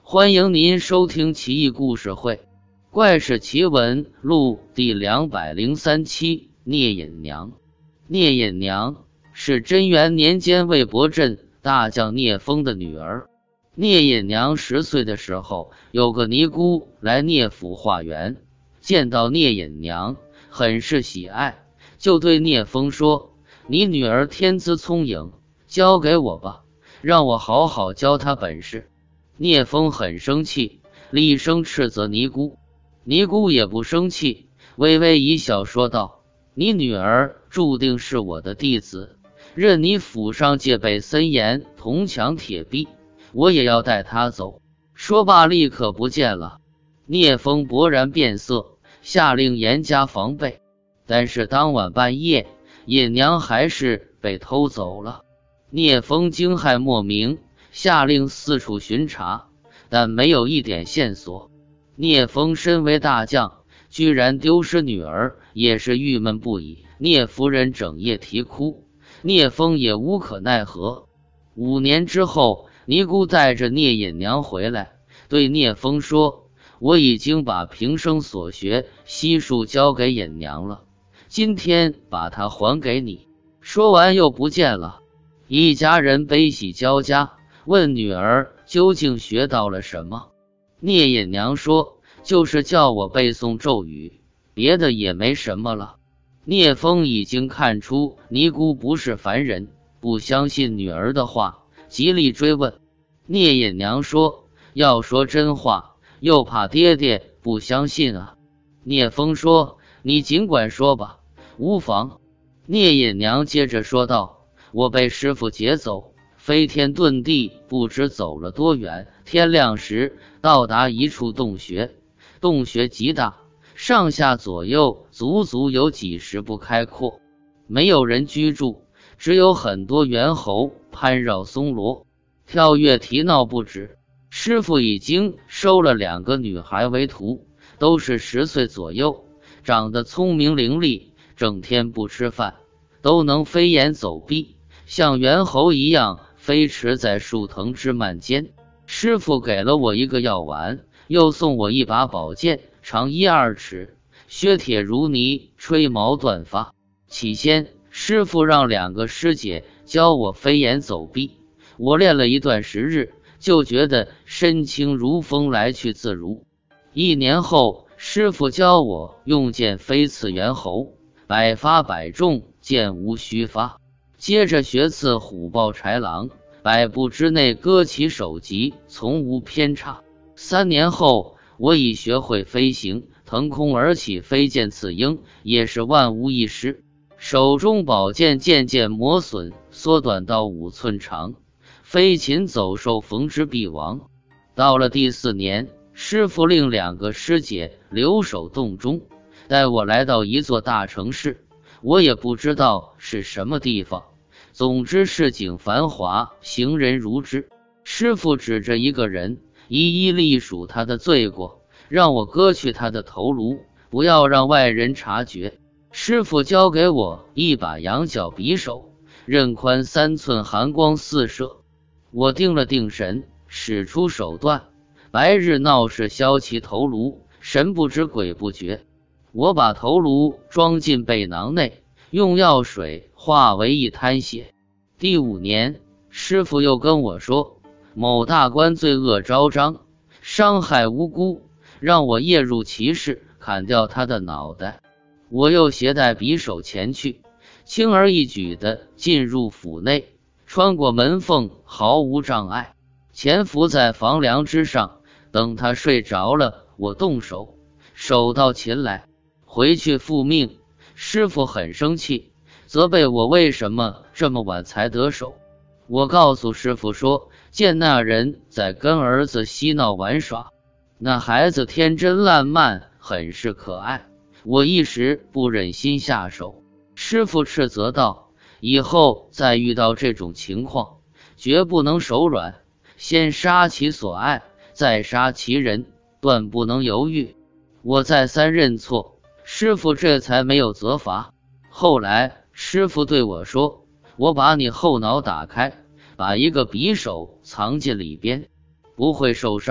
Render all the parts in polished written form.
欢迎您收听奇异故事会，怪事奇闻录第203期。聂隐娘。聂隐娘是贞元年间魏博镇大将聂风的女儿。聂隐娘10岁的时候，有个尼姑来聂府化缘，见到聂隐娘很是喜爱，就对聂风说：“你女儿天资聪颖，交给我吧，让我好好教她本事。”聂风很生气，厉声斥责尼姑。尼姑也不生气，微微一笑说道：“你女儿注定是我的弟子，任你府上戒备森严，铜墙铁壁，我也要带她走。”说罢立刻不见了。聂风勃然变色，下令严加防备。但是当晚半夜，隐娘还是被偷走了。聂风惊骇莫名，下令四处巡查，但没有一点线索。聂风身为大将，居然丢失女儿，也是郁闷不已。聂夫人整夜啼哭，聂风也无可奈何。5年之后，尼姑带着聂隐娘回来，对聂风说：“我已经把平生所学悉数交给隐娘了，今天把她还给你。”说完又不见了。一家人悲喜交加，问女儿究竟学到了什么。聂隐娘说：“就是叫我背诵咒语，别的也没什么了。”聂风已经看出尼姑不是凡人，不相信女儿的话，极力追问。聂隐娘说：“要说真话，又怕爹爹不相信啊。”聂风说：“你尽管说吧，无妨。”聂隐娘接着说道：“我被师傅劫走，飞天遁地，不知走了多远。天亮时到达一处洞穴，洞穴极大，上下左右足足有几十步开阔，没有人居住，只有很多猿猴攀绕松萝，跳跃啼闹不止。师傅已经收了2个女孩为徒，都是10岁左右，长得聪明伶俐，整天不吃饭，都能飞檐走壁，像猿猴一样飞驰在树藤枝蔓间。师傅给了我一个药丸，又送我一把宝剑，长1、2尺，削铁如泥，吹毛断发。起先师傅让2个师姐教我飞檐走壁，我练了一段时日，就觉得身轻如风，来去自如。1年后，师傅教我用剑飞刺猿猴，百发百中，剑无虚发。接着学刺虎豹豺狼，100步之内割其首级，从无偏差。3年后，我已学会飞行，腾空而起，飞剑刺鹰，也是万无一失。手中宝剑渐渐磨损，缩短到5寸长，飞禽走兽逢之必亡。到了第4年，师傅令2个师姐留守洞中，带我来到一座大城市，我也不知道是什么地方，总之市井繁华，行人如织。师傅指着一个人，一一历数他的罪过，让我割去他的头颅，不要让外人察觉。师傅交给我一把羊角匕首，刃宽3寸，寒光四射。我定了定神，使出手段，白日闹事削其头颅，神不知鬼不觉。我把头颅装进背囊内，用药水化为一滩血。第5年，师傅又跟我说，某大官罪恶昭彰，伤害无辜，让我夜入其室，砍掉他的脑袋。我又携带匕首前去，轻而易举地进入府内，穿过门缝，毫无障碍，潜伏在房梁之上，等他睡着了，我动手，手到擒来。回去复命，师傅很生气，责备我为什么这么晚才得手。我告诉师傅说，见那人在跟儿子嬉闹玩耍，那孩子天真烂漫，很是可爱，我一时不忍心下手。师傅斥责道：“以后再遇到这种情况，绝不能手软，先杀其所爱，再杀其人，断不能犹豫。”我再三认错，师傅这才没有责罚。后来师傅对我说，我把你后脑打开，把一个匕首藏进里边，不会受伤，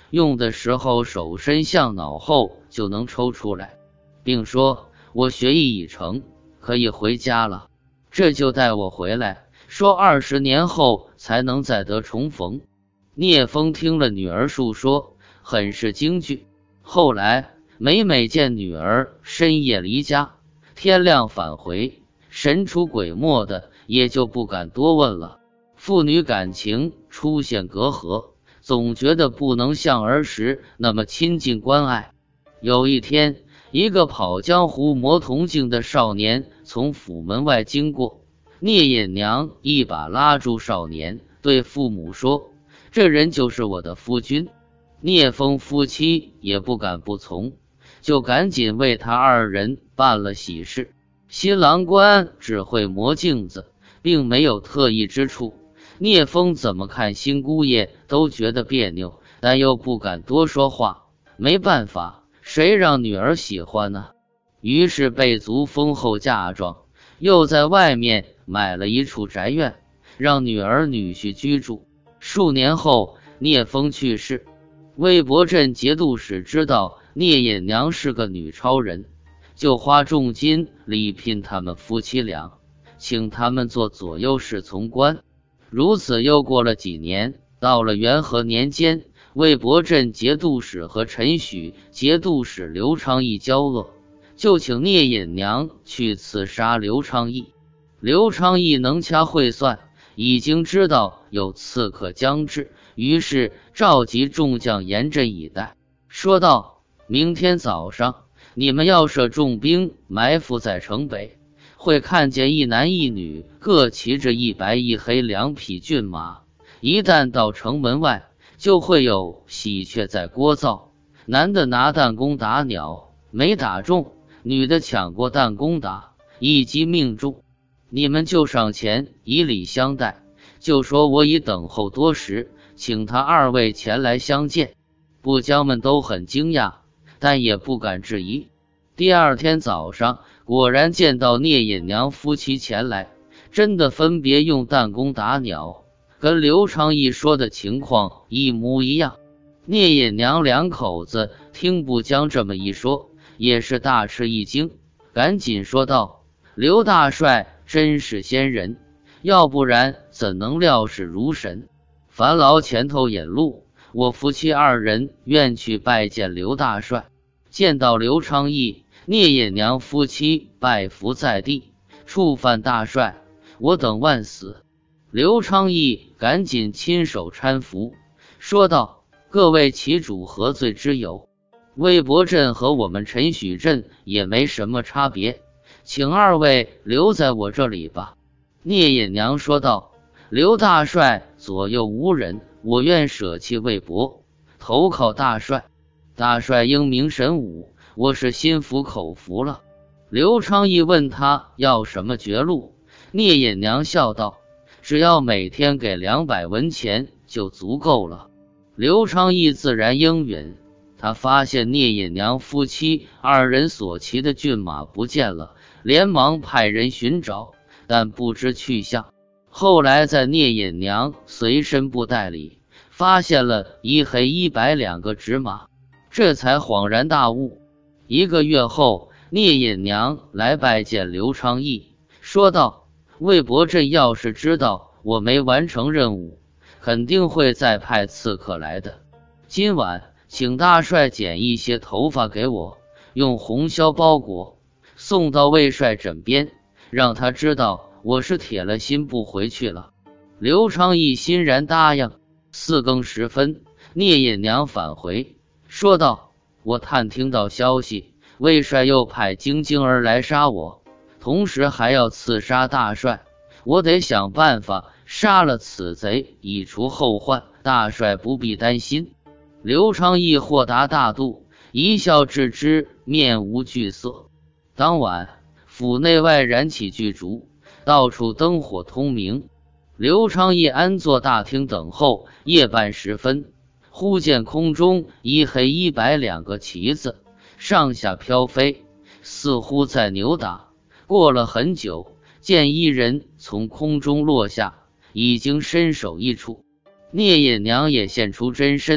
用的时候手伸向脑后就能抽出来，并说我学艺已成，可以回家了。这就带我回来，说20年后才能再得重逢。聂风听了女儿述说，很是惊惧。后来每每见女儿深夜离家，天亮返回，神出鬼没的，也就不敢多问了。父女感情出现隔阂，总觉得不能像儿时那么亲近关爱。有一天，一个跑江湖磨铜镜的少年从府门外经过，聂隐娘一把拉住少年，对父母说：“这人就是我的夫君。”聂风夫妻也不敢不从，就赶紧为他二人办了喜事。新郎官只会磨镜子，并没有特异之处。聂风怎么看新姑爷都觉得别扭，但又不敢多说话。没办法，谁让女儿喜欢呢？于是备足丰厚嫁妆，又在外面买了一处宅院，让女儿女婿居住。数年后，聂风去世。魏博镇节度使知道聂隐娘是个女超人，就花重金礼聘他们夫妻俩，请他们做左右侍从官。如此又过了几年，到了元和年间，魏博镇节度使和陈许节度使刘昌义交恶，就请聂隐娘去刺杀刘昌义。刘昌义能掐会算，已经知道有刺客将至，于是召集众将严阵以待，说道：“明天早上，你们要设重兵埋伏在城北，会看见一男一女各骑着一白一黑2匹骏马。一旦到城门外，就会有喜鹊在聒噪，男的拿弹弓打鸟，没打中，女的抢过弹弓打，一击命中。你们就上前以礼相待，就说我已等候多时，请他二位前来相见。”部将们都很惊讶，但也不敢质疑。第二天早上，果然见到聂隐娘夫妻前来，真的分别用弹弓打鸟，跟刘昌义说的情况一模一样。聂隐娘两口子听部将这么一说，也是大吃一惊，赶紧说道：“刘大帅真是仙人，要不然怎能料事如神？烦劳前头引路，我夫妻二人愿去拜见刘大帅。”见到刘昌义，聂隐娘夫妻拜伏在地：“触犯大帅，我等万死。”刘昌义赶紧亲手搀扶，说道：“各位旗主何罪之有？魏博镇和我们陈许镇也没什么差别，请二位留在我这里吧。”聂隐娘说道：“刘大帅左右无人，我愿舍弃魏博，投靠大帅。大帅英明神武，我是心服口服了。”刘昌义问他要什么绝路，聂隐娘笑道：“只要每天给200文钱就足够了。”刘昌义自然应允。他发现聂隐娘夫妻二人所骑的骏马不见了，连忙派人寻找，但不知去向。后来在聂隐娘随身布袋里发现了一黑一白2个纸马，这才恍然大悟。1个月后，聂隐娘来拜见刘昌义，说道：“魏博镇要是知道我没完成任务，肯定会再派刺客来的。今晚请大帅剪一些头发给我，用红绡包裹，送到魏帅枕边，让他知道我是铁了心不回去了。”刘昌义欣然答应。4更时分，聂隐娘返回，说道：“我探听到消息，魏帅又派京京儿来杀我，同时还要刺杀大帅，我得想办法杀了此贼，以除后患，大帅不必担心。”刘昌义豁达大度，一笑置之，面无惧色。当晚，府内外燃起巨烛，到处灯火通明。刘昌义安坐大厅等候。夜半时分，忽见空中一黑一白2个旗子上下飘飞，似乎在扭打。过了很久，见一人从空中落下，已经身首异处。聂隐娘也现出真身，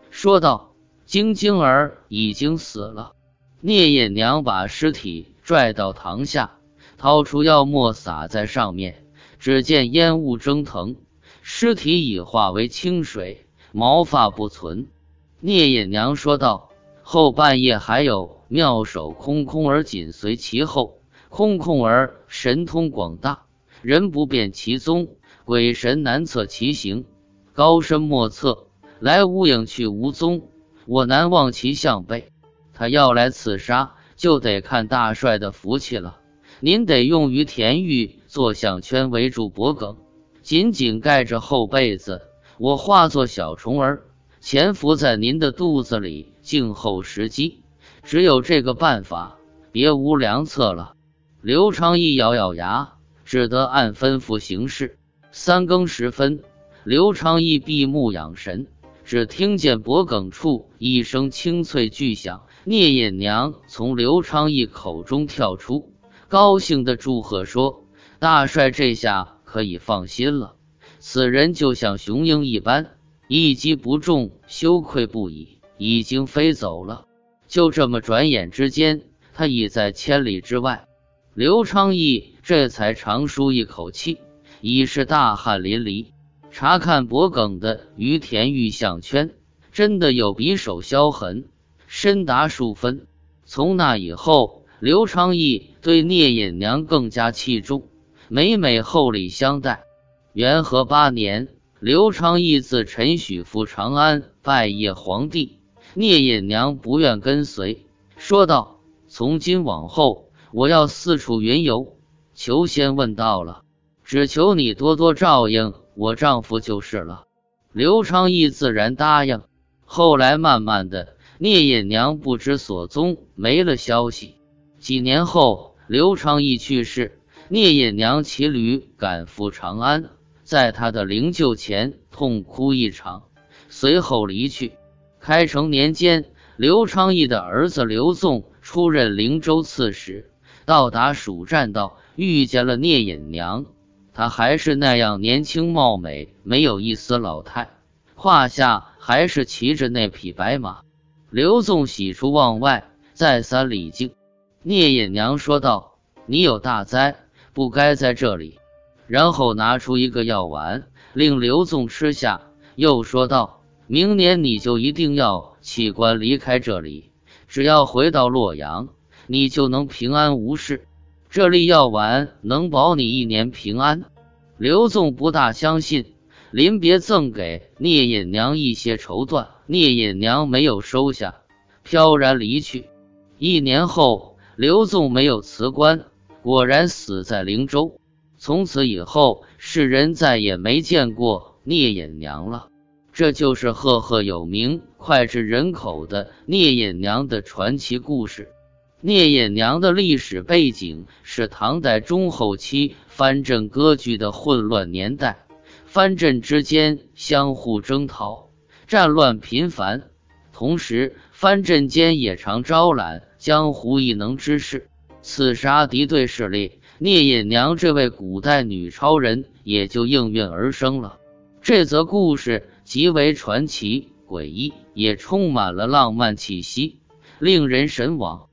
说道：“晶晶儿已经死了。”聂隐娘把尸体拽到堂下，掏出药末洒在上面，只见烟雾蒸腾，尸体已化为清水，毛发不存。聂隐娘说道：“后半夜还有妙手空空儿紧随其后，空空儿神通广大，人不辨其踪，鬼神难测其形，高深莫测，来无影去无踪，我难忘其项背。他要来刺杀，就得看大帅的福气了。您得用于田玉做项圈围住脖梗，紧紧盖着后背子，我化作小虫儿，潜伏在您的肚子里，静候时机。只有这个办法，别无良策了。”刘昌义咬咬牙，只得按吩咐行事。3更时分，刘昌义闭目养神，只听见脖梗处一声清脆巨响，聂隐娘从刘昌义口中跳出，高兴地祝贺说：“大帅这下可以放心了，此人就像雄鹰一般，一击不中，羞愧不已，已经飞走了。”就这么转眼之间，他已在千里之外。刘昌义这才长舒一口气，已是大汗淋漓。查看脖梗的于田玉项圈，真的有匕首削痕，深达数分。从那以后，刘昌义对聂隐娘更加器重，每每厚礼相待。元和8年，刘昌义自陈许赴长安拜谒皇帝，聂隐娘不愿跟随，说道：“从今往后，我要四处云游，求仙问道了，只求你多多照应我丈夫就是了。”刘昌义自然答应。后来慢慢的，聂隐娘不知所踪，没了消息。几年后，刘昌义去世，聂隐娘骑驴赶赴长安，在他的灵柩前痛哭一场，随后离去。开成年间，刘昌义的儿子刘纵出任灵州刺史，到达蜀栈道，遇见了聂隐娘。她还是那样年轻貌美，没有一丝老态，胯下还是骑着那匹白马。刘纵喜出望外，再三礼敬。聂隐娘说道：“你有大灾，不该在这里。”然后拿出一个药丸，令刘纵吃下，又说道：“明年你就一定要弃官离开这里，只要回到洛阳，你就能平安无事。这粒药丸能保你1年平安。”刘纵不大相信，临别赠给聂隐娘一些绸缎，聂隐娘没有收下，飘然离去。1年后，刘纵没有辞官，果然死在灵州。从此以后，世人再也没见过聂隐娘了。这就是赫赫有名、脍炙人口的聂隐娘的传奇故事。聂隐娘的历史背景是唐代中后期藩镇割据的混乱年代，藩镇之间相互征讨，战乱频繁，同时藩镇间也常招揽江湖异能之士，刺杀敌对势力。聂隐娘这位古代女超人也就应运而生了。这则故事极为传奇诡异，也充满了浪漫气息，令人神往。